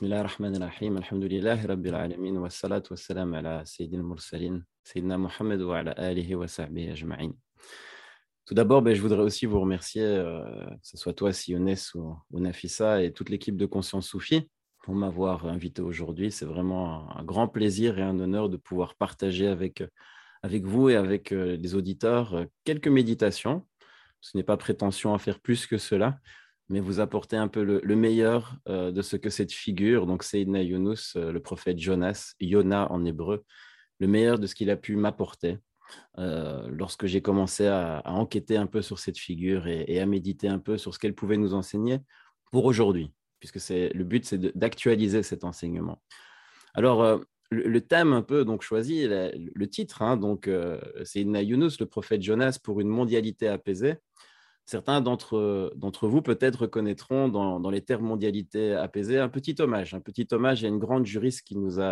بسم الله الرحمن الرحيم الحمد لله رب العالمين والصلاة والسلام على سيد المرسلين سيدنا محمد وعلى آله وصحبه أجمعين. Tout d'abord, je voudrais aussi vous remercier, que ce soit toi, Sionès ou Nafissa et toute l'équipe de Conscience Soufi pour m'avoir invité aujourd'hui. C'est vraiment un grand plaisir et un honneur de pouvoir partager avec vous et avec les auditeurs quelques méditations. Ce n'est pas prétention à faire plus que cela, mais vous apporter un peu le meilleur de ce que cette figure, donc Seydina Yunus, le prophète Jonas, Yona en hébreu, le meilleur de ce qu'il a pu m'apporter lorsque j'ai commencé à enquêter un peu sur cette figure et à méditer un peu sur ce qu'elle pouvait nous enseigner pour aujourd'hui, puisque le but, c'est d'actualiser cet enseignement. Alors, le thème un peu donc choisi, le titre, donc Seydina Yunus, le prophète Jonas pour une mondialité apaisée. Certains d'entre vous peut-être reconnaîtront dans les termes mondialité apaisée un petit hommage à une grande juriste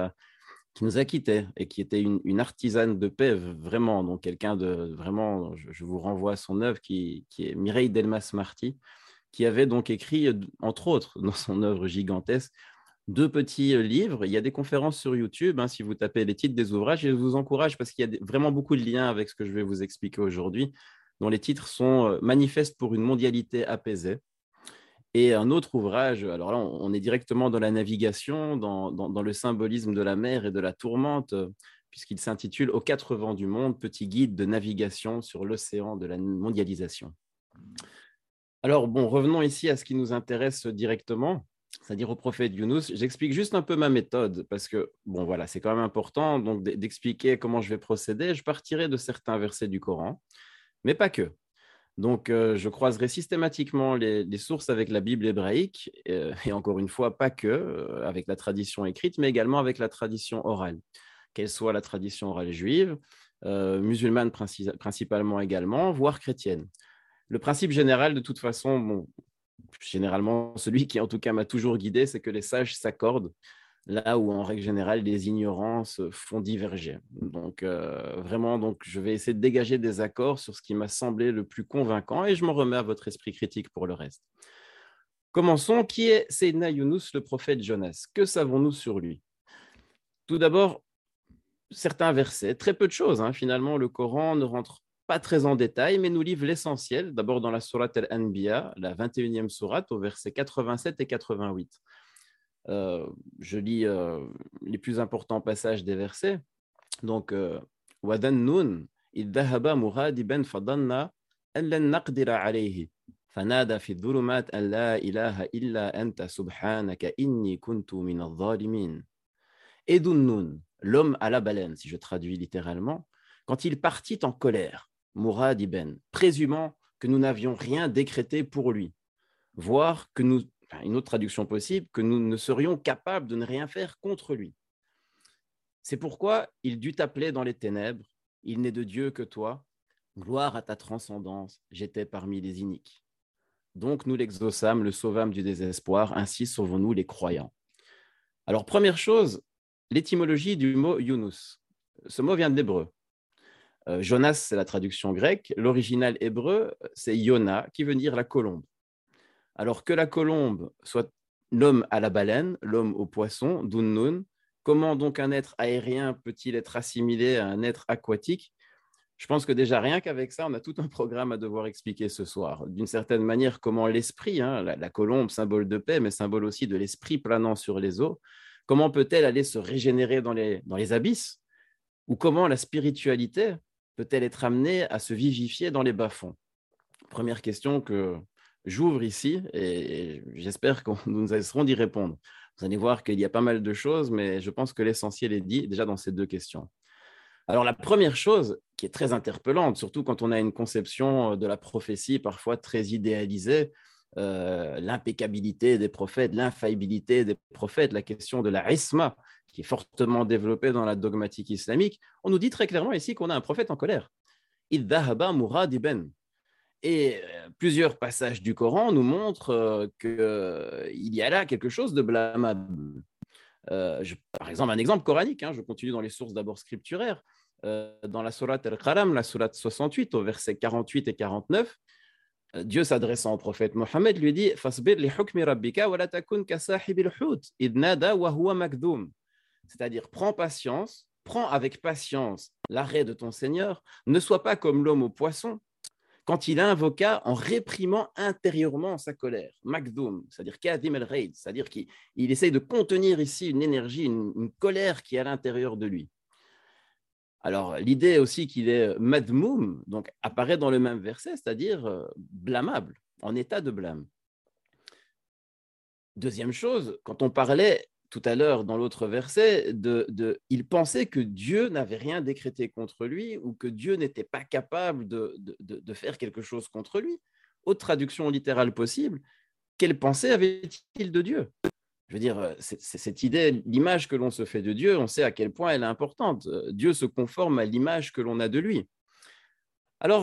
qui nous a quittés et qui était une artisane de paix, vraiment, donc quelqu'un de vraiment, je vous renvoie à son œuvre qui est Mireille Delmas-Marty, qui avait donc écrit, entre autres, dans son œuvre gigantesque, deux petits livres. Il y a des conférences sur YouTube, si vous tapez les titres des ouvrages, et je vous encourage parce qu'il y a vraiment beaucoup de liens avec ce que je vais vous expliquer aujourd'hui, dont les titres sont Manifeste pour une mondialité apaisée. Et un autre ouvrage, alors là, on est directement dans la navigation, dans le symbolisme de la mer et de la tourmente, puisqu'il s'intitule Aux quatre vents du monde, petit guide de navigation sur l'océan de la mondialisation. Alors, revenons ici à ce qui nous intéresse directement, c'est-à-dire au prophète Younous. J'explique juste un peu ma méthode, parce que, voilà, c'est quand même important donc, d'expliquer comment je vais procéder. Je partirai de certains versets du Coran, mais pas que. Donc, je croiserai systématiquement les sources avec la Bible hébraïque, et encore une fois, pas que, avec la tradition écrite, mais également avec la tradition orale, qu'elle soit la tradition orale juive, musulmane principalement également, voire chrétienne. Le principe général, de toute façon, généralement, celui qui en tout cas m'a toujours guidé, c'est que les sages s'accordent là où, en règle générale, les ignorances font diverger. Donc, vraiment, je vais essayer de dégager des accords sur ce qui m'a semblé le plus convaincant et je m'en remets à votre esprit critique pour le reste. Commençons. Qui est Seydina Yunus, le prophète Jonas? Que savons-nous sur lui? Tout d'abord, certains versets, très peu de choses. Finalement, le Coran ne rentre pas très en détail, mais nous livre l'essentiel. D'abord dans la sourate Al-Anbiya, la 21e sourate, au versets 87 et 88. Je lis les plus importants passages des versets. Donc, وَذَنُّونَ إِذْ ذَهَبَ مُغَاضِبًا فَظَنَّ أَنْ لَنْ نَقْدِرَ عَلَيْهِ فَنَادَى فِي الظُّلُمَاتِ أَنْ لَا إِلَهَ إِلَّا أَنْتَ سُبْحَانَكَ إِنِّي كُنْتُ مِنَ الظَّالِمِينَ. Et Dhunnun, l'homme à la baleine, si je traduis littéralement, quand il partit en colère, Mourad ibn, présumant que nous n'avions rien décrété pour lui, voire que nous, une autre traduction possible, que nous ne serions capables de ne rien faire contre lui. C'est pourquoi il dut t'appeler dans les ténèbres, il n'est de Dieu que toi, gloire à ta transcendance, j'étais parmi les iniques. Donc nous l'exaucâmes, le sauvâmes du désespoir, ainsi sauvons-nous les croyants. Alors première chose, l'étymologie du mot Yunus. Ce mot vient de l'hébreu. Jonas, c'est la traduction grecque. L'original hébreu, c'est Yona, qui veut dire la colombe. Alors que la colombe soit l'homme à la baleine, l'homme au poisson, Dhunnun, comment donc un être aérien peut-il être assimilé à un être aquatique? Je pense que déjà, rien qu'avec ça, on a tout un programme à devoir expliquer ce soir. D'une certaine manière, comment l'esprit, la colombe, symbole de paix, mais symbole aussi de l'esprit planant sur les eaux, comment peut-elle aller se régénérer dans les abysses? Ou comment la spiritualité peut-elle être amenée à se vivifier dans les bas-fonds? Première question que j'ouvre ici et j'espère que nous essaierons d'y répondre. Vous allez voir qu'il y a pas mal de choses, mais je pense que l'essentiel est dit déjà dans ces deux questions. Alors la première chose qui est très interpellante, surtout quand on a une conception de la prophétie parfois très idéalisée, l'impeccabilité des prophètes, l'infaillibilité des prophètes, la question de la isma, qui est fortement développée dans la dogmatique islamique, on nous dit très clairement ici qu'on a un prophète en colère. Il dhahaba muradiban. Et plusieurs passages du Coran nous montrent qu'il y a là quelque chose de blâmable. Par exemple, un exemple coranique, je continue dans les sources d'abord scripturaires. Dans la sourate Al-Qalam, la sourate 68, au verset 48 et 49, Dieu s'adressant au prophète Mohammed lui dit Fasbir li hukmi rabbika wa la takun ka sahibil hut id nada wa huwa makdum. C'est-à-dire, prends patience, prends avec patience l'arrêt de ton Seigneur, ne sois pas comme l'homme au poisson quand il invoqua en réprimant intérieurement sa colère. Makdoum, c'est-à-dire Kadhim el-Raid, c'est-à-dire qu'il essaye de contenir ici une énergie, une colère qui est à l'intérieur de lui. Alors, l'idée aussi qu'il est madmoum, donc apparaît dans le même verset, c'est-à-dire blâmable, en état de blâme. Deuxième chose, quand on parlait tout à l'heure dans l'autre verset, il pensait que Dieu n'avait rien décrété contre lui ou que Dieu n'était pas capable de faire quelque chose contre lui. Autre traduction littérale possible, quelle pensée avait-il de Dieu? Je veux dire, cette idée, l'image que l'on se fait de Dieu, on sait à quel point elle est importante. Dieu se conforme à l'image que l'on a de lui. Alors,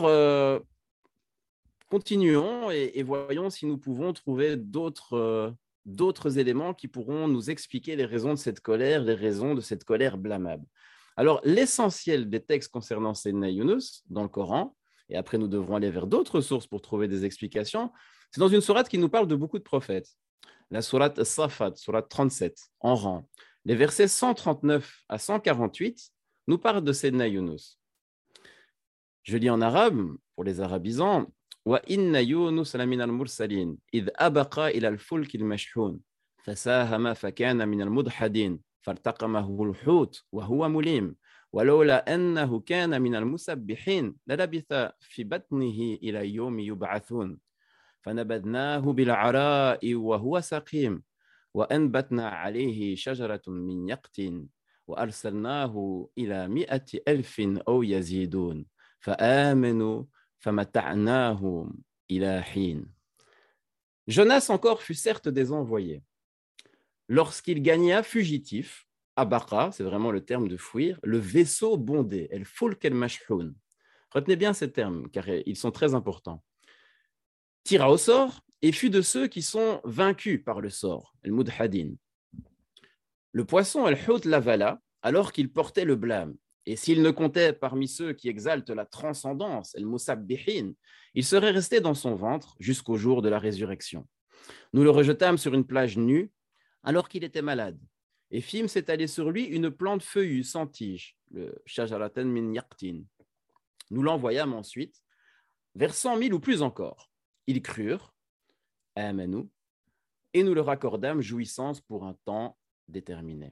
continuons et voyons si nous pouvons trouver d'autres éléments qui pourront nous expliquer les raisons de cette colère, les raisons de cette colère blâmable. Alors, l'essentiel des textes concernant Sayyidina Yunus dans le Coran, et après nous devrons aller vers d'autres sources pour trouver des explications, c'est dans une sourate qui nous parle de beaucoup de prophètes. La sourate Safat, sourate 37, en rang. Les versets 139 à 148 nous parlent de Sayyidina Yunus. Je lis en arabe, pour les arabisants, وَإِنَّ يُونُسَ لَمِنَ الْمُرْسَلِينَ إِذْ أَبَقَ إِلَى الْفُلْكِ الْمَشْحُونِ فَسَاهَمَ فَكَانَ مِنَ الْمُدْحَضِينَ فَالْتَقَمَهُ الْحُوتُ وَهُوَ مُلِيمٌ وَلَوْلَا أَنَّهُ كَانَ مِنَ الْمُسَبِّحِينَ لَلَبِثَ فِي بَطْنِهِ إِلَى يَوْمِ يُبْعَثُونَ فَنَبَذْنَاهُ بِالْعَرَاءِ وَهُوَ سَقِيمٌ وَأَنبَتْنَا عَلَيْهِ شَجَرَةً مِّن يَقْطِينٍ وَأَرْسَلْنَاهُ إِلَى 100,000 أَوْ يَزِيدُونَ فآمنوا فمتعناهم إلى حين. Jonas encore fut certes des envoyés. Lorsqu'il gagna fugitif, Abaqa, c'est vraiment le terme de fuir, le vaisseau bondé, el fulk el mashhoun. Retenez bien ces termes, car ils sont très importants. Tira au sort et fut de ceux qui sont vaincus par le sort, el mudhadin. Le poisson, el hut l'avala, alors qu'il portait le blâme. Et s'il ne comptait parmi ceux qui exaltent la transcendance, el musabbihin, il serait resté dans son ventre jusqu'au jour de la résurrection. Nous le rejetâmes sur une plage nue alors qu'il était malade. Et fîmes s'étaler sur lui une plante feuillue sans tige, le shajaratan min yaqtin. Nous l'envoyâmes ensuite vers 100 000 ou plus encore. Ils crurent, amanu, et nous leur accordâmes jouissance pour un temps déterminé.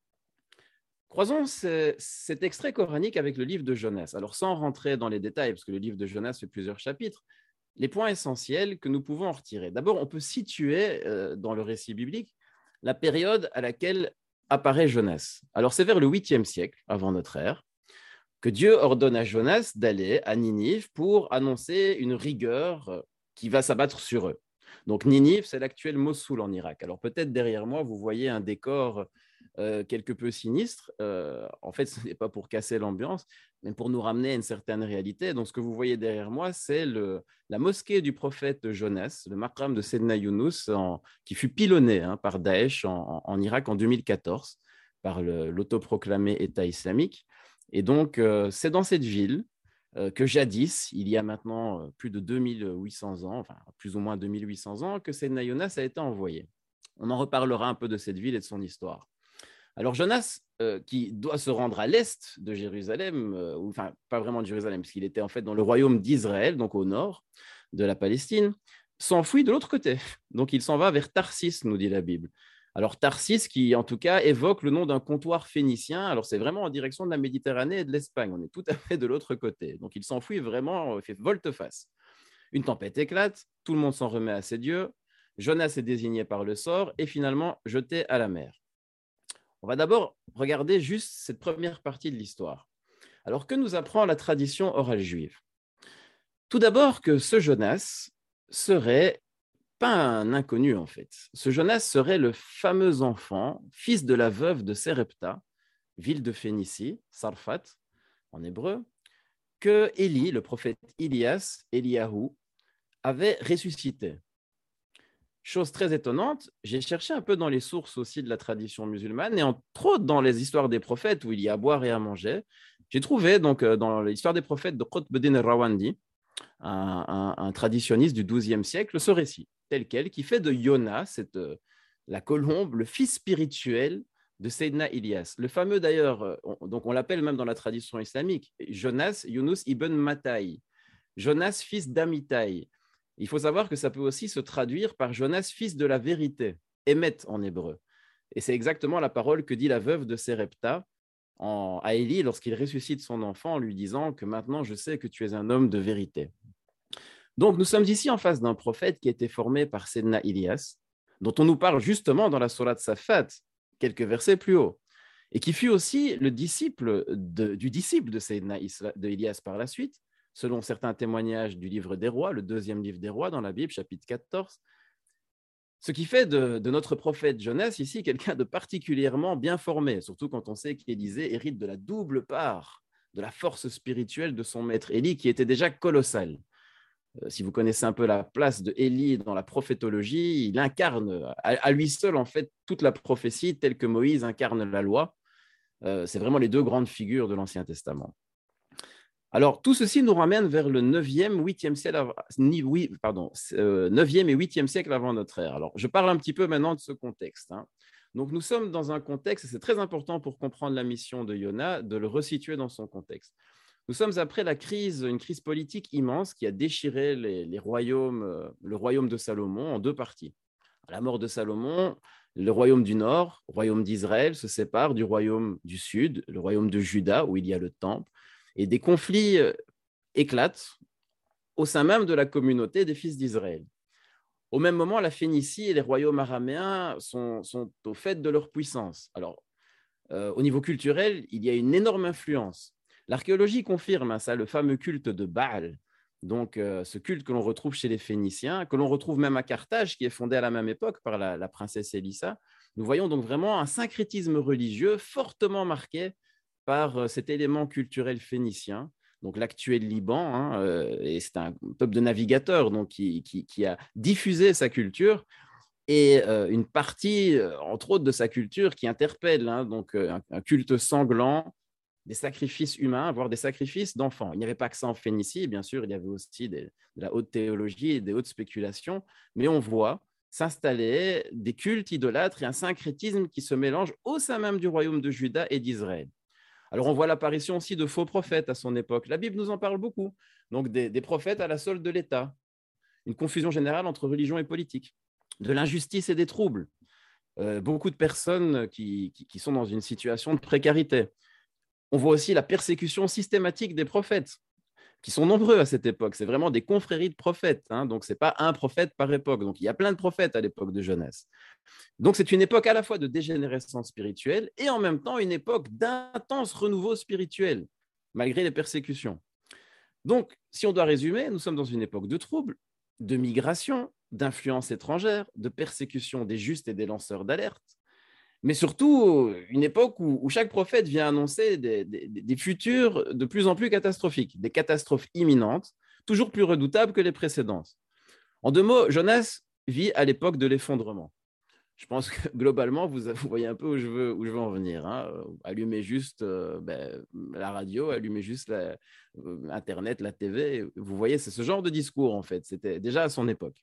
Croisons cet extrait coranique avec le livre de Jonas. Alors, sans rentrer dans les détails, parce que le livre de Jonas fait plusieurs chapitres, les points essentiels que nous pouvons en retirer. D'abord, on peut situer dans le récit biblique la période à laquelle apparaît Jonas. Alors, c'est vers le 8e siècle avant notre ère que Dieu ordonne à Jonas d'aller à Ninive pour annoncer une rigueur qui va s'abattre sur eux. Donc, Ninive, c'est l'actuel Mossoul en Irak. Alors, peut-être derrière moi, vous voyez un décor quelque peu sinistre. En fait, ce n'est pas pour casser l'ambiance, mais pour nous ramener à une certaine réalité. Donc, ce que vous voyez derrière moi, c'est la mosquée du prophète Jonas, le maqam de Sayyidina Yunus, qui fut pilonné par Daesh en Irak en 2014 par l'autoproclamé État islamique. Et donc, c'est dans cette ville que jadis, il y a maintenant plus de 2800 ans, enfin plus ou moins 2800 ans, que Sayyidina Yunus a été envoyé. On en reparlera un peu de cette ville et de son histoire. Alors Jonas, qui doit se rendre à l'est de Jérusalem, enfin pas vraiment de Jérusalem, puisqu'il était en fait dans le royaume d'Israël, donc au nord de la Palestine, s'enfuit de l'autre côté. Donc il s'en va vers Tarsis, nous dit la Bible. Alors Tarsis, qui en tout cas évoque le nom d'un comptoir phénicien, alors c'est vraiment en direction de la Méditerranée et de l'Espagne, on est tout à fait de l'autre côté. Donc il s'enfuit vraiment, fait volte-face. Une tempête éclate, tout le monde s'en remet à ses dieux, Jonas est désigné par le sort et finalement jeté à la mer. On va d'abord regarder juste cette première partie de l'histoire. Alors, que nous apprend la tradition orale juive? Tout d'abord que ce Jonas serait pas un inconnu en fait. Ce Jonas serait le fameux enfant, fils de la veuve de Sérepta, ville de Phénicie, Sarfat en hébreu, que Élie, le prophète Eliyahu, avait ressuscité. Chose très étonnante, j'ai cherché un peu dans les sources aussi de la tradition musulmane et entre autres dans les histoires des prophètes où il y a à boire et à manger. J'ai trouvé donc dans l'histoire des prophètes de Qutb Din al-Rawandi un traditionniste du XIIe siècle, ce récit, tel quel, qui fait de Yona, la colombe, le fils spirituel de Sayyidina Ilyas. Le fameux d'ailleurs, donc on l'appelle même dans la tradition islamique, Jonas Yunus ibn Matai, Jonas fils d'Amitai. Il faut savoir que ça peut aussi se traduire par Jonas fils de la vérité, Emet en hébreu. Et c'est exactement la parole que dit la veuve de Sérepta à Élie lorsqu'il ressuscite son enfant en lui disant que maintenant je sais que tu es un homme de vérité. Donc nous sommes ici en face d'un prophète qui a été formé par Sayyidina Ilyas, dont on nous parle justement dans la sourate Safat, quelques versets plus haut, et qui fut aussi le disciple du disciple de Sayyidina Ilyas par la suite, selon certains témoignages du livre des rois, le deuxième livre des rois dans la Bible, chapitre 14. Ce qui fait de notre prophète Jonas ici quelqu'un de particulièrement bien formé, surtout quand on sait qu'Élisée hérite de la double part de la force spirituelle de son maître Élie, qui était déjà colossale. Si vous connaissez un peu la place de Élie dans la prophétologie, il incarne à lui seul en fait toute la prophétie telle que Moïse incarne la loi. C'est vraiment les deux grandes figures de l'Ancien Testament. Alors, tout ceci nous ramène vers le 9e, 8e siècle, 9e et 8e siècle avant notre ère. Alors, je parle un petit peu maintenant de ce contexte. Donc, nous sommes dans un contexte, et c'est très important pour comprendre la mission de Yona, de le resituer dans son contexte. Nous sommes après une crise politique immense qui a déchiré les royaumes, le royaume de Salomon en deux parties. À la mort de Salomon, le royaume du nord, le royaume d'Israël, se sépare du royaume du sud, le royaume de Juda, où il y a le temple, et des conflits éclatent au sein même de la communauté des fils d'Israël. Au même moment, la Phénicie et les royaumes araméens sont au fait de leur puissance. Alors, au niveau culturel, il y a une énorme influence. L'archéologie confirme ça, le fameux culte de Baal, donc ce culte que l'on retrouve chez les Phéniciens, que l'on retrouve même à Carthage, qui est fondée à la même époque par la princesse Élissa. Nous voyons donc vraiment un syncrétisme religieux fortement marqué par cet élément culturel phénicien, donc l'actuel Liban, et c'est un peuple de navigateurs donc, qui a diffusé sa culture, et une partie, entre autres, de sa culture qui interpelle, donc un culte sanglant, des sacrifices humains, voire des sacrifices d'enfants. Il n'y avait pas que ça en Phénicie, bien sûr, il y avait aussi de la haute théologie et des hautes spéculations, mais on voit s'installer des cultes idolâtres et un syncrétisme qui se mélange au sein même du royaume de Juda et d'Israël. Alors, on voit l'apparition aussi de faux prophètes à son époque. La Bible nous en parle beaucoup. Donc, des prophètes à la solde de l'État. Une confusion générale entre religion et politique. De l'injustice et des troubles. Beaucoup de personnes qui sont dans une situation de précarité. On voit aussi la persécution systématique des prophètes, qui sont nombreux à cette époque. C'est vraiment des confréries de prophètes. Donc, ce n'est pas un prophète par époque. Donc, il y a plein de prophètes à l'époque de Jonas. Donc, c'est une époque à la fois de dégénérescence spirituelle et en même temps une époque d'intense renouveau spirituel, malgré les persécutions. Donc, si on doit résumer, nous sommes dans une époque de troubles, de migration, d'influence étrangère, de persécution des justes et des lanceurs d'alerte, mais surtout une époque où chaque prophète vient annoncer des futurs de plus en plus catastrophiques, des catastrophes imminentes, toujours plus redoutables que les précédentes. En deux mots, Jonas vit à l'époque de l'effondrement. Je pense que globalement, vous voyez un peu où je veux en venir. Allumez juste la radio, allumez juste Internet, la TV. Vous voyez, c'est ce genre de discours, en fait. C'était déjà à son époque.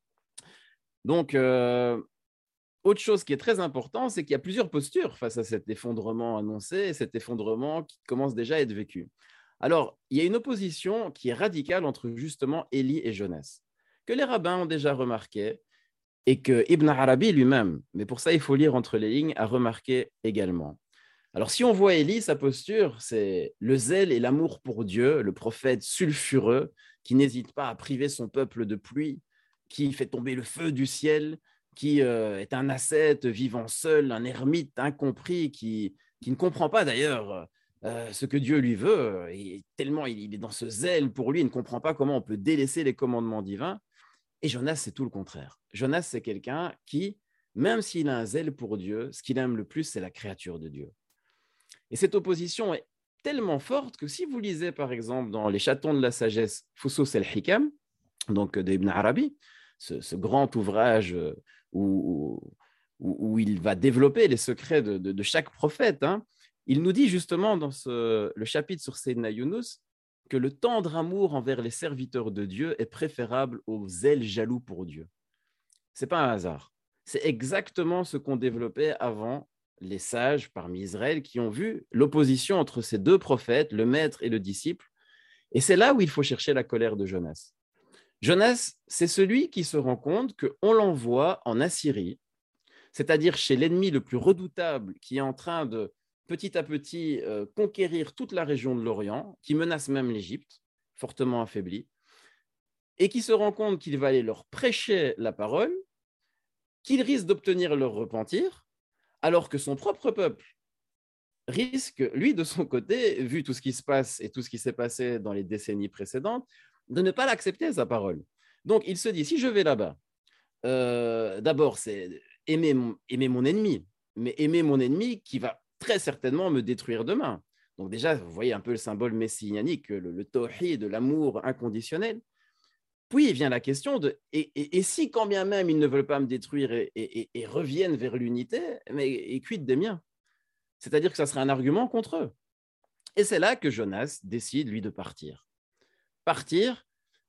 Donc, autre chose qui est très important, c'est qu'il y a plusieurs postures face à cet effondrement annoncé, cet effondrement qui commence déjà à être vécu. Alors, il y a une opposition qui est radicale entre justement Élie et Jonas, que les rabbins ont déjà remarqué, et que Ibn Arabi lui-même, mais pour ça il faut lire entre les lignes, a remarqué également. Alors si on voit Élie, sa posture, c'est le zèle et l'amour pour Dieu, le prophète sulfureux qui n'hésite pas à priver son peuple de pluie, qui fait tomber le feu du ciel, qui est un ascète vivant seul, un ermite incompris, qui ne comprend pas d'ailleurs ce que Dieu lui veut, et tellement il est dans ce zèle pour lui, il ne comprend pas comment on peut délaisser les commandements divins. Et Jonas, c'est tout le contraire. Jonas, c'est quelqu'un qui, même s'il a un zèle pour Dieu, ce qu'il aime le plus, c'est la créature de Dieu. Et cette opposition est tellement forte que si vous lisez, par exemple, dans Les Chatons de la sagesse, Fusus el-Hikam, donc d'Ibn Arabi, ce grand ouvrage où il va développer les secrets de chaque prophète, il nous dit justement dans le chapitre sur Sayyidina Yunus que le tendre amour envers les serviteurs de Dieu est préférable au zèle jaloux pour Dieu. Ce n'est pas un hasard. C'est exactement ce qu'ont développé avant les sages parmi Israël qui ont vu l'opposition entre ces deux prophètes, le maître et le disciple. Et c'est là où il faut chercher la colère de Jonas. Jonas, c'est celui qui se rend compte qu'on l'envoie en Assyrie, c'est-à-dire chez l'ennemi le plus redoutable qui est en train de petit à petit conquérir toute la région de l'Orient, qui menace même l'Égypte, fortement affaiblie, et qui se rend compte qu'il va aller leur prêcher la parole, qu'il risque d'obtenir leur repentir, alors que son propre peuple risque, lui, de son côté, vu tout ce qui se passe et tout ce qui s'est passé dans les décennies précédentes, de ne pas l'accepter, sa parole. Donc, il se dit, si je vais là-bas, d'abord, c'est aimer mon ennemi, mais aimer mon ennemi qui va très certainement me détruire demain. Donc déjà, vous voyez un peu le symbole messianique, le tawhid, de l'amour inconditionnel. Puis vient la question de, et si quand bien même ils ne veulent pas me détruire et reviennent vers l'unité, mais et quid des miens? C'est-à-dire que ça serait un argument contre eux. Et c'est là que Jonas décide, lui, de partir. Partir,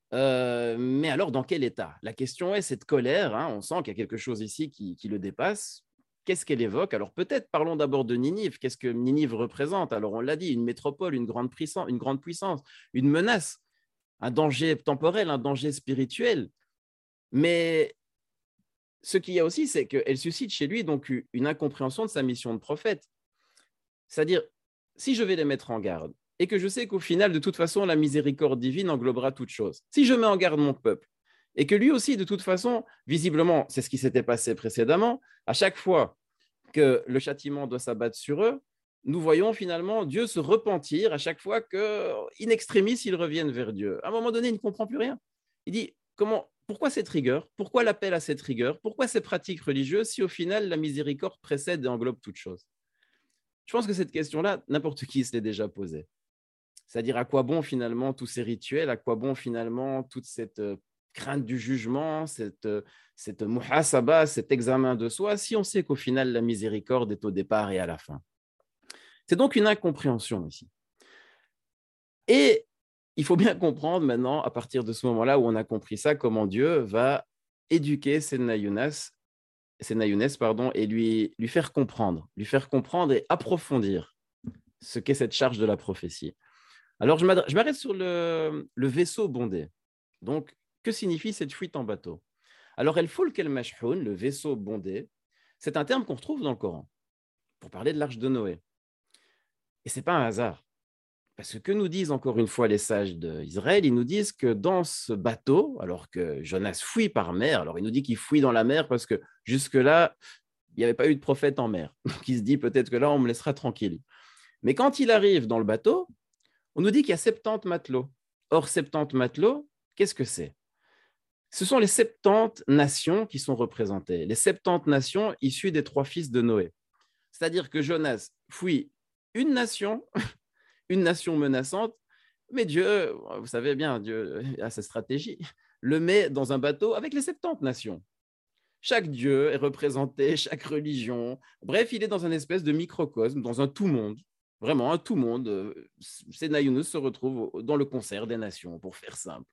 mais alors dans quel état? La question est cette colère, hein, on sent qu'il y a quelque chose ici qui le dépasse. Qu'est-ce qu'elle évoque? Alors peut-être parlons d'abord de Ninive. Qu'est-ce que Ninive représente? Alors on l'a dit, une métropole, une grande puissance, une menace, un danger temporel, un danger spirituel. Mais ce qu'il y a aussi, c'est qu'elle suscite chez lui donc une incompréhension de sa mission de prophète. C'est-à-dire, si je vais les mettre en garde, et que je sais qu'au final, de toute façon, la miséricorde divine englobera toute chose, si je mets en garde mon peuple, et que lui aussi, de toute façon, visiblement, c'est ce qui s'était passé précédemment, à chaque fois que le châtiment doit s'abattre sur eux, nous voyons finalement Dieu se repentir à chaque fois que, in extremis, ils reviennent vers Dieu. À un moment donné, il ne comprend plus rien. Il dit, pourquoi cette rigueur? Pourquoi l'appel à cette rigueur? Pourquoi ces pratiques religieuses si au final, la miséricorde précède et englobe toute chose? Je pense que cette question-là, n'importe qui se l'est déjà posée. C'est-à-dire à quoi bon finalement tous ces rituels, à quoi bon finalement toute cette crainte du jugement, cette muhasaba, cet examen de soi, si on sait qu'au final la miséricorde est au départ et à la fin. C'est donc une incompréhension ici. Et il faut bien comprendre maintenant, à partir de ce moment-là où on a compris ça, comment Dieu va éduquer Sedna Younes, et lui faire comprendre et approfondir ce qu'est cette charge de la prophétie. Alors, je m'arrête sur le vaisseau bondé. Donc, que signifie cette fuite en bateau? Alors, el-fulk el-mashhoun, le vaisseau bondé, c'est un terme qu'on retrouve dans le Coran pour parler de l'arche de Noé. Et ce n'est pas un hasard. Parce que nous disent encore une fois les sages d'Israël, ils nous disent que dans ce bateau, alors que Jonas fuit par mer, alors il nous dit qu'il fuit dans la mer parce que jusque-là, il n'y avait pas eu de prophète en mer. Donc il se dit peut-être que là, on me laissera tranquille. Mais quand il arrive dans le bateau, on nous dit qu'il y a 70 matelots. Or, 70 matelots, qu'est-ce que c'est? Ce sont les 70 nations qui sont représentées, les 70 nations issues des 3 fils de Noé. C'est-à-dire que Jonas fuit une nation menaçante, mais Dieu, vous savez bien, Dieu a sa stratégie, le met dans un bateau avec les 70 nations. Chaque dieu est représenté, chaque religion. Bref, il est dans une espèce de microcosme, dans un tout-monde. Vraiment, un tout-monde. Sedna Younes se retrouve dans le concert des nations, pour faire simple.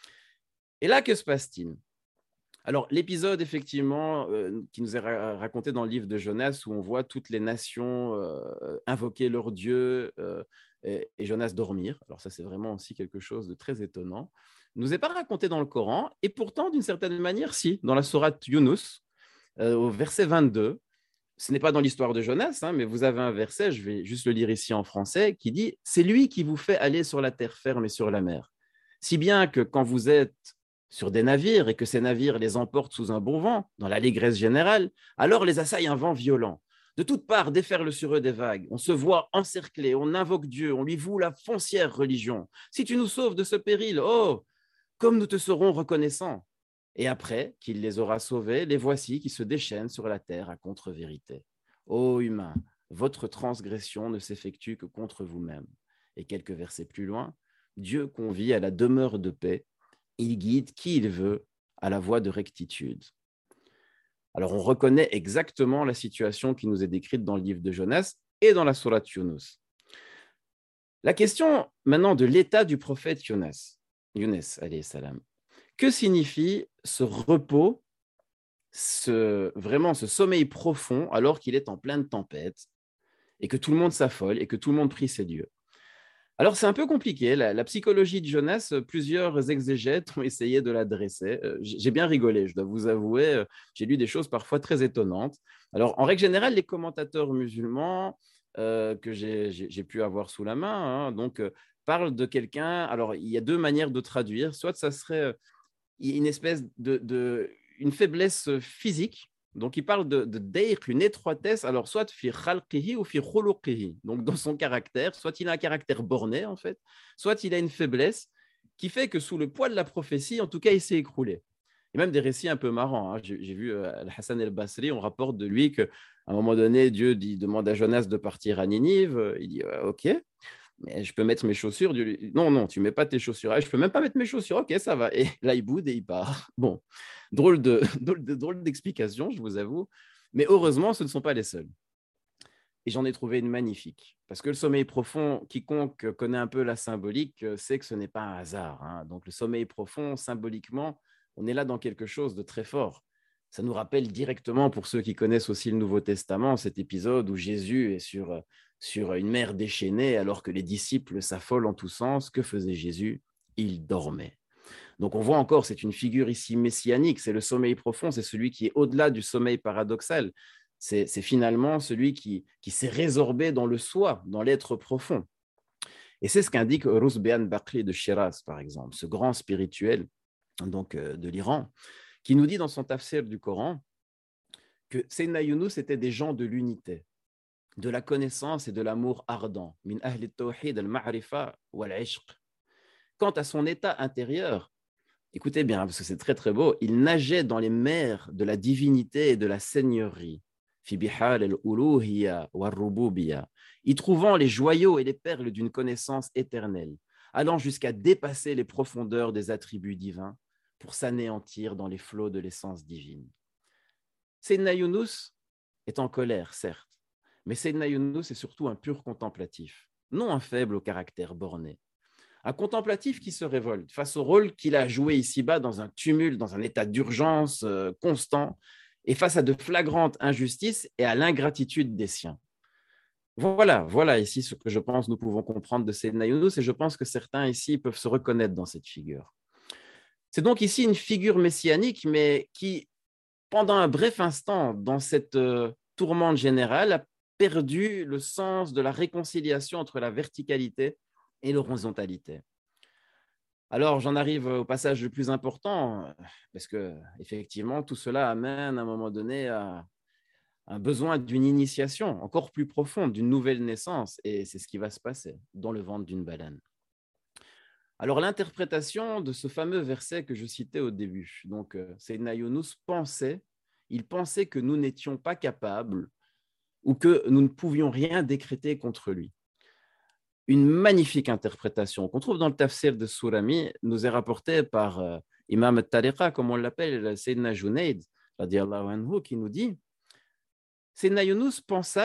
Et là, que se passe-t-il? Alors, l'épisode, effectivement, qui nous est raconté dans le livre de Jonas, où on voit toutes les nations invoquer leur Dieu et Jonas dormir. Alors ça, c'est vraiment aussi quelque chose de très étonnant. Ne nous est pas raconté dans le Coran, et pourtant, d'une certaine manière, si, dans la sourate Yunus, au verset 22, ce n'est pas dans l'histoire de Jonas, hein, mais vous avez un verset, je vais juste le lire ici en français, qui dit « C'est lui qui vous fait aller sur la terre ferme et sur la mer. Si bien que quand vous êtes sur des navires et que ces navires les emportent sous un bon vent, dans l'allégresse générale, alors les assaille un vent violent. De toutes parts déferlent sur eux des vagues. On se voit encerclé, on invoque Dieu, on lui voue la foncière religion. Si tu nous sauves de ce péril, oh, comme nous te serons reconnaissants. Et après qu'il les aura sauvés, les voici qui se déchaînent sur la terre à contre-vérité. Ô humains, votre transgression ne s'effectue que contre vous-même. Et quelques versets plus loin, Dieu convie à la demeure de paix. Il guide qui il veut à la voie de rectitude. Alors, on reconnaît exactement la situation qui nous est décrite dans le livre de Jonas et dans la sourate Yunus. La question maintenant de l'état du prophète Younes, alayhi salam. Que signifie ce repos, vraiment ce sommeil profond alors qu'il est en pleine tempête et que tout le monde s'affole et que tout le monde prie ses dieux? Alors, c'est un peu compliqué. La psychologie de Jonas, plusieurs exégètes ont essayé de la dresser. J'ai bien rigolé, je dois vous avouer. J'ai lu des choses parfois très étonnantes. Alors, en règle générale, les commentateurs musulmans que j'ai pu avoir sous la main, hein, donc, parlent de quelqu'un. Alors, il y a deux manières de traduire. Soit ça serait une espèce une faiblesse physique. Donc, il parle de dayq, une étroitesse, alors soit fi khalqihi ou fi khuluqihi, donc dans son caractère, soit il a un caractère borné en fait, soit il a une faiblesse qui fait que sous le poids de la prophétie, en tout cas, il s'est écroulé. Il y a même des récits un peu marrants, hein. J'ai vu Al-Hassan el-Basri, on rapporte de lui qu'à un moment donné, Dieu demande à Jonas de partir à Ninive, il dit ok, mais je peux mettre mes chaussures. Non, non, tu mets pas tes chaussures. Ah, je peux même pas mettre mes chaussures. Ok, ça va. Et là, il boude et il part. Bon, drôle d'explication, je vous avoue. Mais heureusement, ce ne sont pas les seuls. Et j'en ai trouvé une magnifique. Parce que le sommeil profond, quiconque connaît un peu la symbolique, sait que ce n'est pas un hasard, hein. Donc le sommeil profond, symboliquement, on est là dans quelque chose de très fort. Ça nous rappelle directement, pour ceux qui connaissent aussi le Nouveau Testament, cet épisode où Jésus est sur une mer déchaînée alors que les disciples s'affolent en tous sens. Que faisait Jésus? Il dormait. Donc on voit encore, c'est une figure ici messianique, c'est le sommeil profond, c'est celui qui est au-delà du sommeil paradoxal. C'est finalement celui qui s'est résorbé dans le soi, dans l'être profond. Et c'est ce qu'indique Rusbehan Bakri de Shiraz, par exemple, ce grand spirituel donc, de l'Iran, qui nous dit dans son tafsir du Coran que Sayyidina Yunus étaient des gens de l'unité, de la connaissance et de l'amour ardent. Min ahli tawhid al-ma'rifa wal-ishq. Quant à son état intérieur, écoutez bien, parce que c'est très très beau, il nageait dans les mers de la divinité et de la seigneurie, fi bihar al-uluhiyya wal-rububiyya, y trouvant les joyaux et les perles d'une connaissance éternelle, allant jusqu'à dépasser les profondeurs des attributs divins pour s'anéantir dans les flots de l'essence divine. Sayyidina Yunus est en colère, certes, mais Sayyidina Yunus est surtout un pur contemplatif, non un faible au caractère borné. Un contemplatif qui se révolte face au rôle qu'il a joué ici-bas dans un tumulte, dans un état d'urgence constant, et face à de flagrantes injustices et à l'ingratitude des siens. Voilà ici ce que je pense nous pouvons comprendre de Sayyidina Yunus, et je pense que certains ici peuvent se reconnaître dans cette figure. C'est donc ici une figure messianique, mais qui, pendant un bref instant, dans cette tourmente générale, a perdu le sens de la réconciliation entre la verticalité et l'horizontalité. Alors, j'en arrive au passage le plus important, parce que effectivement, tout cela amène à un moment donné à un besoin d'une initiation encore plus profonde, d'une nouvelle naissance, et c'est ce qui va se passer dans le ventre d'une baleine. Alors, l'interprétation de ce fameux verset que je citais au début, donc Sayyidina Yunus il pensait que nous n'étions pas capables ou que nous ne pouvions rien décréter contre lui. Une magnifique interprétation qu'on trouve dans le tafsir de Surami nous est rapportée par Imam al-Tariqa, comme on l'appelle, Sayyidina Junayd, radiallahu anhu, qui nous dit Sayyidina Yunus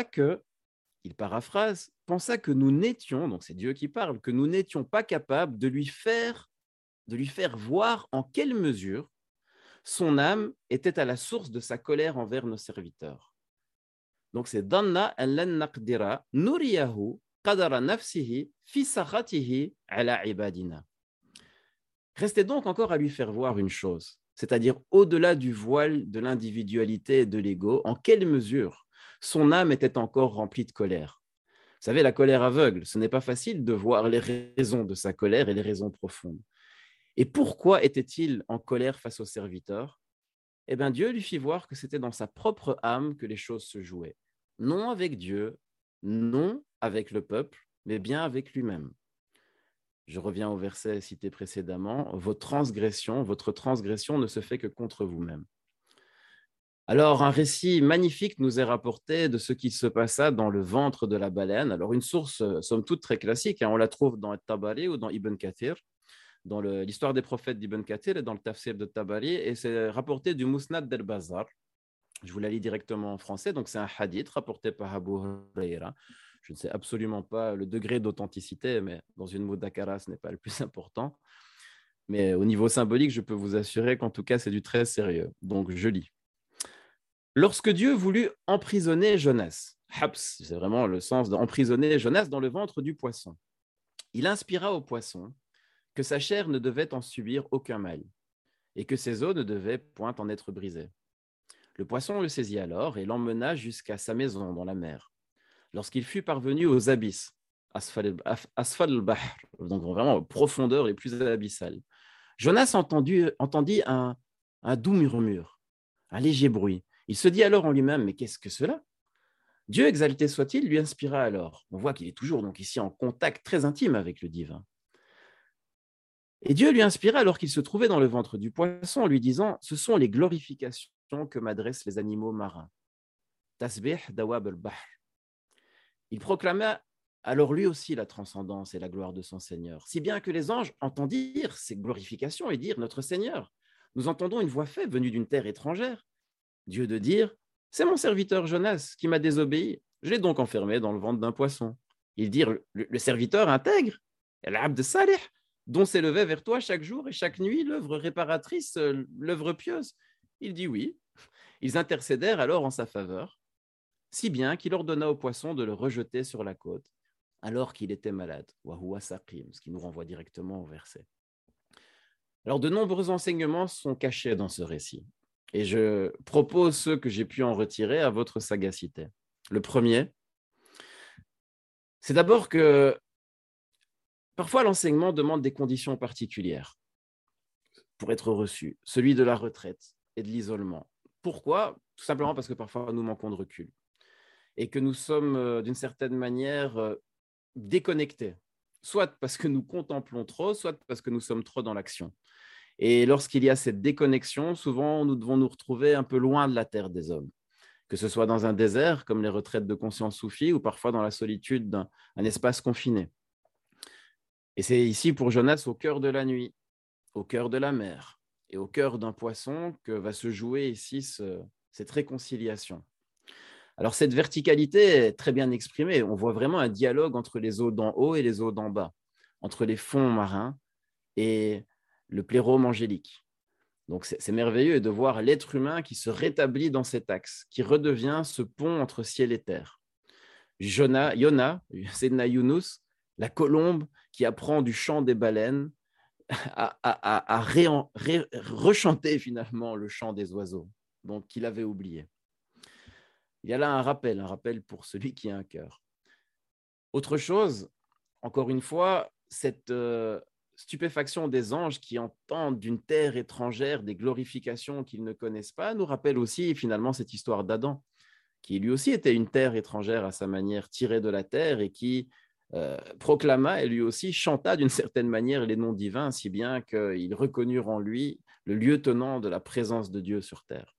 il paraphrase, pensa que nous n'étions, donc c'est Dieu qui parle, que nous n'étions pas capables de lui faire voir en quelle mesure son âme était à la source de sa colère envers nos serviteurs. Donc c'est Danna an lan naqdira nuriyahu qadara nafsihi fi sakhatihi ala ibadina. Restait donc encore à lui faire voir une chose, c'est-à-dire au-delà du voile de l'individualité et de l'ego, en quelle mesure son âme était encore remplie de colère. Vous savez, la colère aveugle, ce n'est pas facile de voir les raisons de sa colère et les raisons profondes. Et pourquoi était-il en colère face aux serviteurs? Eh bien, Dieu lui fit voir que c'était dans sa propre âme que les choses se jouaient. Non avec Dieu, non avec le peuple, mais bien avec lui-même. Je reviens au verset cité précédemment. Votre transgression ne se fait que contre vous-même. Alors, un récit magnifique nous est rapporté de ce qui se passa dans le ventre de la baleine. Alors, une source, somme toute, très classique, hein, on la trouve dans Tabari ou dans Ibn Kathir, dans l'histoire des prophètes d'Ibn Kathir et dans le tafsir de Tabari, et c'est rapporté du Musnad del-Bazar. Je vous la lis directement en français. Donc, c'est un hadith rapporté par Abu Huraira. Je ne sais absolument pas le degré d'authenticité, mais dans une mudakara, ce n'est pas le plus important. Mais au niveau symbolique, je peux vous assurer qu'en tout cas, c'est du très sérieux. Donc, je lis. Lorsque Dieu voulut emprisonner Jonas, Habs, c'est vraiment le sens d'emprisonner Jonas dans le ventre du poisson, il inspira au poisson que sa chair ne devait en subir aucun mal et que ses os ne devaient point en être brisés. Le poisson le saisit alors et l'emmena jusqu'à sa maison dans la mer. Lorsqu'il fut parvenu aux abysses, Asfal al-Bahr, donc vraiment aux profondeurs les plus abyssales, Jonas entendit un doux murmure, un léger bruit. Il se dit alors en lui-même, mais qu'est-ce que cela? Dieu, exalté soit-il, lui inspira alors. On voit qu'il est toujours donc ici en contact très intime avec le divin. Et Dieu lui inspira alors qu'il se trouvait dans le ventre du poisson en lui disant, ce sont les glorifications que m'adressent les animaux marins. Tasbih dawab al-bahr. Il proclama alors lui aussi la transcendance et la gloire de son Seigneur, si bien que les anges entendirent ces glorifications et dirent, notre Seigneur, nous entendons une voix faible venue d'une terre étrangère. Dieu de dire, c'est mon serviteur Jonas qui m'a désobéi, je l'ai donc enfermé dans le ventre d'un poisson. Ils dirent, le serviteur intègre, l'abd salih, dont s'élevait vers toi chaque jour et chaque nuit l'œuvre réparatrice, l'œuvre pieuse. Il dit oui. Ils intercédèrent alors en sa faveur, si bien qu'il ordonna au poisson de le rejeter sur la côte, alors qu'il était malade, wahuwa saqim, ce qui nous renvoie directement au verset. Alors, de nombreux enseignements sont cachés dans ce récit, et je propose ceux que j'ai pu en retirer à votre sagacité. Le premier, c'est d'abord que parfois l'enseignement demande des conditions particulières pour être reçu, celui de la retraite et de l'isolement. Pourquoi? Tout simplement parce que parfois nous manquons de recul et que nous sommes d'une certaine manière déconnectés, soit parce que nous contemplons trop, soit parce que nous sommes trop dans l'action. Et lorsqu'il y a cette déconnexion, souvent nous devons nous retrouver un peu loin de la terre des hommes, que ce soit dans un désert, comme les retraites de conscience soufis, ou parfois dans la solitude d'un espace confiné. Et c'est ici pour Jonas, au cœur de la nuit, au cœur de la mer et au cœur d'un poisson que va se jouer ici cette réconciliation. Alors cette verticalité est très bien exprimée. On voit vraiment un dialogue entre les eaux d'en haut et les eaux d'en bas, entre les fonds marins et le plérome angélique. Donc c'est merveilleux de voir l'être humain qui se rétablit dans cet axe, qui redevient ce pont entre ciel et terre. Yona, Sedna Yunus, la colombe qui apprend du chant des baleines à rechanter finalement le chant des oiseaux, donc qu'il avait oublié. Il y a là un rappel pour celui qui a un cœur. Autre chose, encore une fois, cette stupéfaction des anges qui entendent d'une terre étrangère des glorifications qu'ils ne connaissent pas nous rappelle aussi finalement cette histoire d'Adam, qui lui aussi était une terre étrangère à sa manière, tirée de la terre et qui proclama et lui aussi chanta d'une certaine manière les noms divins, si bien qu'ils reconnurent en lui le lieu tenant de la présence de Dieu sur terre.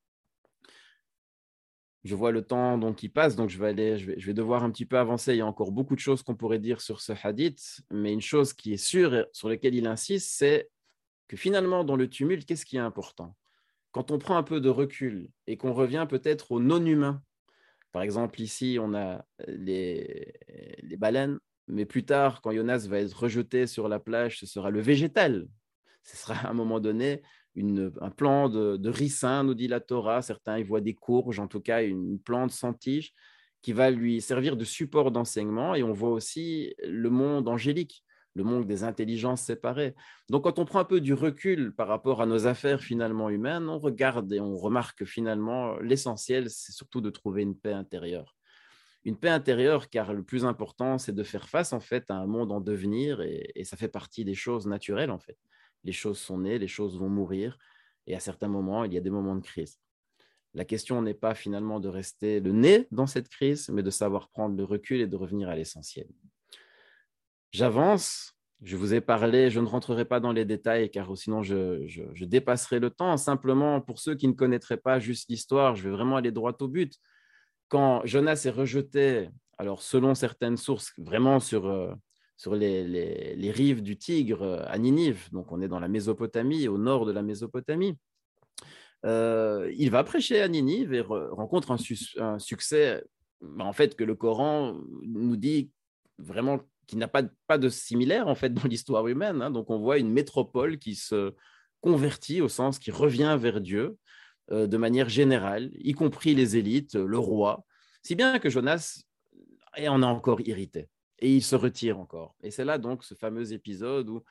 Je vois le temps donc qui passe, donc je vais devoir un petit peu avancer. Il y a encore beaucoup de choses qu'on pourrait dire sur ce hadith, mais une chose qui est sûre et sur laquelle il insiste, c'est que finalement, dans le tumulte, qu'est-ce qui est important? Quand on prend un peu de recul et qu'on revient peut-être au non-humain, par exemple, ici, on a les baleines, mais plus tard, quand Jonas va être rejeté sur la plage, ce sera le végétal. Ce sera à un moment donné un plant de ricin, nous dit la Torah. Certains y voient des courges, en tout cas une plante sans tige, qui va lui servir de support d'enseignement. Et on voit aussi le monde angélique, le monde des intelligences séparées. Donc, quand on prend un peu du recul par rapport à nos affaires finalement humaines, on regarde et on remarque que finalement, l'essentiel, c'est surtout de trouver une paix intérieure. Une paix intérieure, car le plus important, c'est de faire face en fait à un monde en devenir et ça fait partie des choses naturelles en fait. Les choses sont nées, les choses vont mourir et à certains moments, il y a des moments de crise. La question n'est pas finalement de rester le nez dans cette crise, mais de savoir prendre le recul et de revenir à l'essentiel. J'avance, je vous ai parlé, je ne rentrerai pas dans les détails car sinon je dépasserai le temps. Simplement, pour ceux qui ne connaîtraient pas juste l'histoire, je vais vraiment aller droit au but. Quand Jonas est rejeté, alors selon certaines sources, vraiment sur les rives du Tigre à Ninive, donc on est dans la Mésopotamie, au nord de la Mésopotamie, il va prêcher à Ninive et rencontre un succès, en fait, que le Coran nous dit vraiment qu'il n'a pas de similaire en fait dans l'histoire humaine. Hein. Donc on voit une métropole qui se convertit au sens qui revient vers Dieu de manière générale, y compris les élites, le roi, si bien que Jonas en est encore irrité et il se retire encore. Et c'est là donc ce fameux épisode où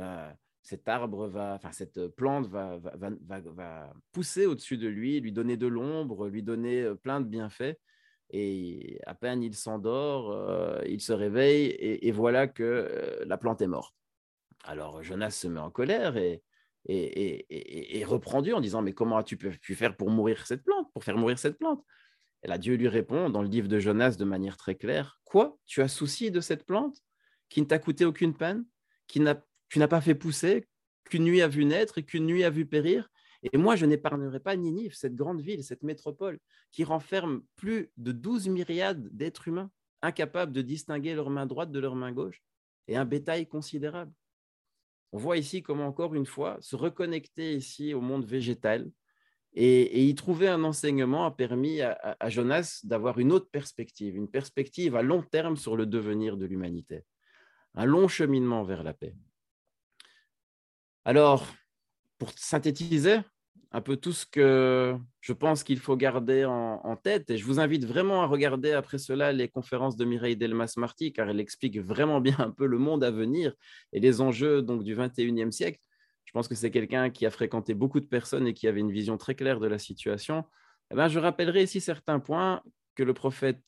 cette plante va pousser au-dessus de lui donner de l'ombre, lui donner plein de bienfaits. Et à peine il s'endort, il se réveille et voilà que la plante est morte. Alors Jonas se met en colère et reprend Dieu en disant mais comment as-tu pu faire pour faire mourir cette plante? Et là Dieu lui répond dans le livre de Jonas de manière très claire, quoi? Tu as souci de cette plante qui ne t'a coûté aucune peine, tu n'as pas fait pousser, qu'une nuit a vu naître et qu'une nuit a vu périr? Et moi, je n'épargnerai pas Ninive, cette grande ville, cette métropole, qui renferme plus de 12 myriades d'êtres humains, incapables de distinguer leur main droite de leur main gauche, et un bétail considérable. On voit ici comment, encore une fois, se reconnecter ici au monde végétal et y trouver un enseignement a permis à Jonas d'avoir une autre perspective, une perspective à long terme sur le devenir de l'humanité, un long cheminement vers la paix. Alors, pour synthétiser un peu tout ce que je pense qu'il faut garder en tête, et je vous invite vraiment à regarder après cela les conférences de Mireille Delmas-Marty, car elle explique vraiment bien un peu le monde à venir et les enjeux donc, du 21e siècle. Je pense que c'est quelqu'un qui a fréquenté beaucoup de personnes et qui avait une vision très claire de la situation. Eh bien, je rappellerai ici certains points que le prophète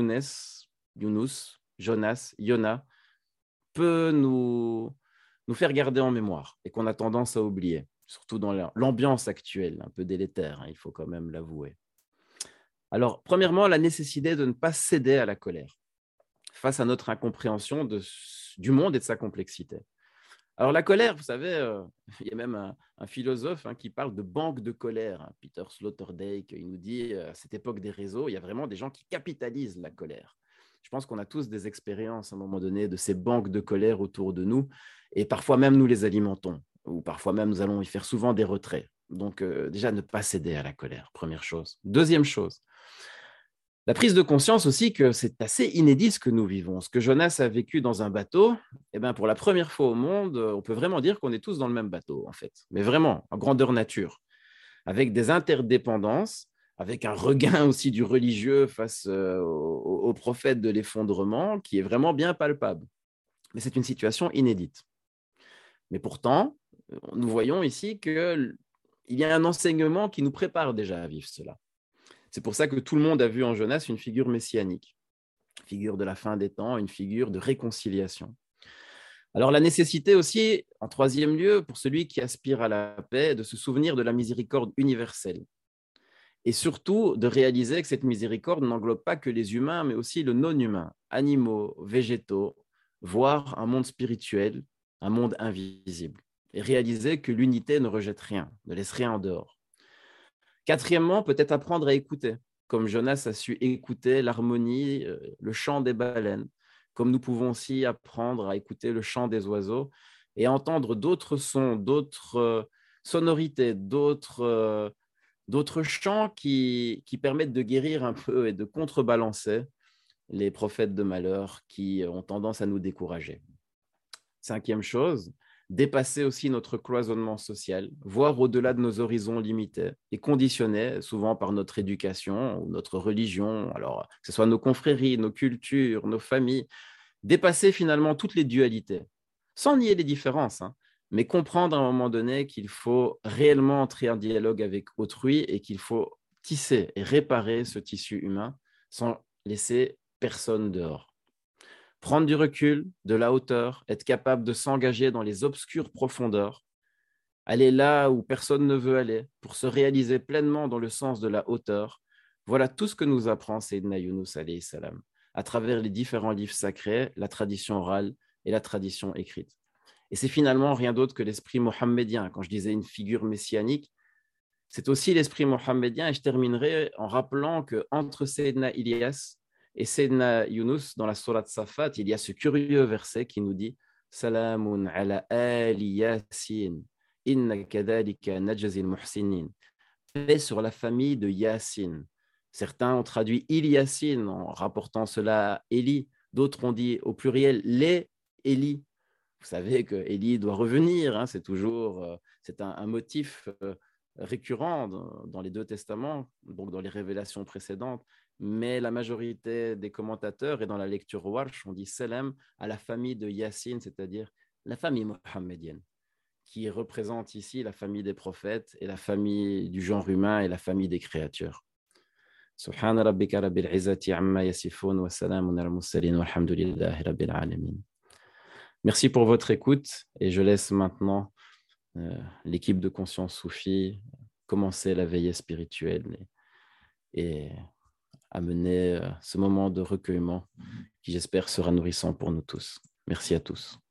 Jonas, Yona, peut nous faire garder en mémoire et qu'on a tendance à oublier, surtout dans l'ambiance actuelle, un peu délétère, hein, il faut quand même l'avouer. Alors, premièrement, la nécessité de ne pas céder à la colère face à notre incompréhension du monde et de sa complexité. Alors, la colère, vous savez, il y a même un philosophe qui parle de banque de colère, hein, Peter Sloterdijk, il nous dit, à cette époque des réseaux, il y a vraiment des gens qui capitalisent la colère. Je pense qu'on a tous des expériences à un moment donné de ces banques de colère autour de nous, et parfois même nous les alimentons, ou parfois même nous allons y faire souvent des retraits. Donc déjà, ne pas céder à la colère, première chose. Deuxième chose, la prise de conscience aussi que c'est assez inédit ce que nous vivons. Ce que Jonas a vécu dans un bateau, eh ben pour la première fois au monde, on peut vraiment dire qu'on est tous dans le même bateau, en fait. Mais vraiment, en grandeur nature, avec des interdépendances, avec un regain aussi du religieux face au prophète de l'effondrement, qui est vraiment bien palpable. Mais c'est une situation inédite. Mais pourtant, nous voyons ici qu'il y a un enseignement qui nous prépare déjà à vivre cela. C'est pour ça que tout le monde a vu en Jonas une figure messianique, une figure de la fin des temps, une figure de réconciliation. Alors la nécessité aussi, en troisième lieu, pour celui qui aspire à la paix, de se souvenir de la miséricorde universelle. Et surtout de réaliser que cette miséricorde n'englobe pas que les humains, mais aussi le non-humain, animaux, végétaux, voire un monde spirituel, un monde invisible. Et réaliser que l'unité ne rejette rien, ne laisse rien en dehors. Quatrièmement, peut-être apprendre à écouter, comme Jonas a su écouter l'harmonie, le chant des baleines, comme nous pouvons aussi apprendre à écouter le chant des oiseaux et à entendre d'autres sons, d'autres sonorités, d'autres chants qui permettent de guérir un peu et de contrebalancer les prophètes de malheur qui ont tendance à nous décourager. Cinquième chose, dépasser aussi notre cloisonnement social, voir au-delà de nos horizons limités et conditionnés souvent par notre éducation ou notre religion, alors que ce soit nos confréries, nos cultures, nos familles, dépasser finalement toutes les dualités, sans nier les différences, mais comprendre à un moment donné qu'il faut réellement entrer en dialogue avec autrui et qu'il faut tisser et réparer ce tissu humain sans laisser personne dehors. Prendre du recul, de la hauteur, être capable de s'engager dans les obscures profondeurs, aller là où personne ne veut aller pour se réaliser pleinement dans le sens de la hauteur. Voilà tout ce que nous apprend Sayyidina Yunus alayhi salam à travers les différents livres sacrés, la tradition orale et la tradition écrite. Et c'est finalement rien d'autre que l'esprit mohammedien. Quand je disais une figure messianique, c'est aussi l'esprit mohammedien. Et je terminerai en rappelant qu'entre Sayyidina Ilyas et Sayyidina Yunus, dans la sourate Safat, il y a ce curieux verset qui nous dit « Salamun ala ali yasin, inna kadhalika najzil muhsinin » paix sur la famille de Yassine. Certains ont traduit Il-Yassine en rapportant cela à Élie. D'autres ont dit au pluriel les Élie. Vous savez que Élie doit revenir, hein, c'est toujours c'est un motif récurrent dans les deux testaments, donc dans les révélations précédentes. Mais la majorité des commentateurs et dans la lecture Warsh, on dit Salam à la famille de Yassine, c'est-à-dire la famille mohammedienne, qui représente ici la famille des prophètes et la famille du genre humain et la famille des créatures. سبحان ربك رب العزة عما يصفون وسلام على المرسلين والحمد لله رب العالمين. Merci pour votre écoute et je laisse maintenant l'équipe de Conscience Soufie commencer la veillée spirituelle et amener ce moment de recueillement qui, j'espère, sera nourrissant pour nous tous. Merci à tous.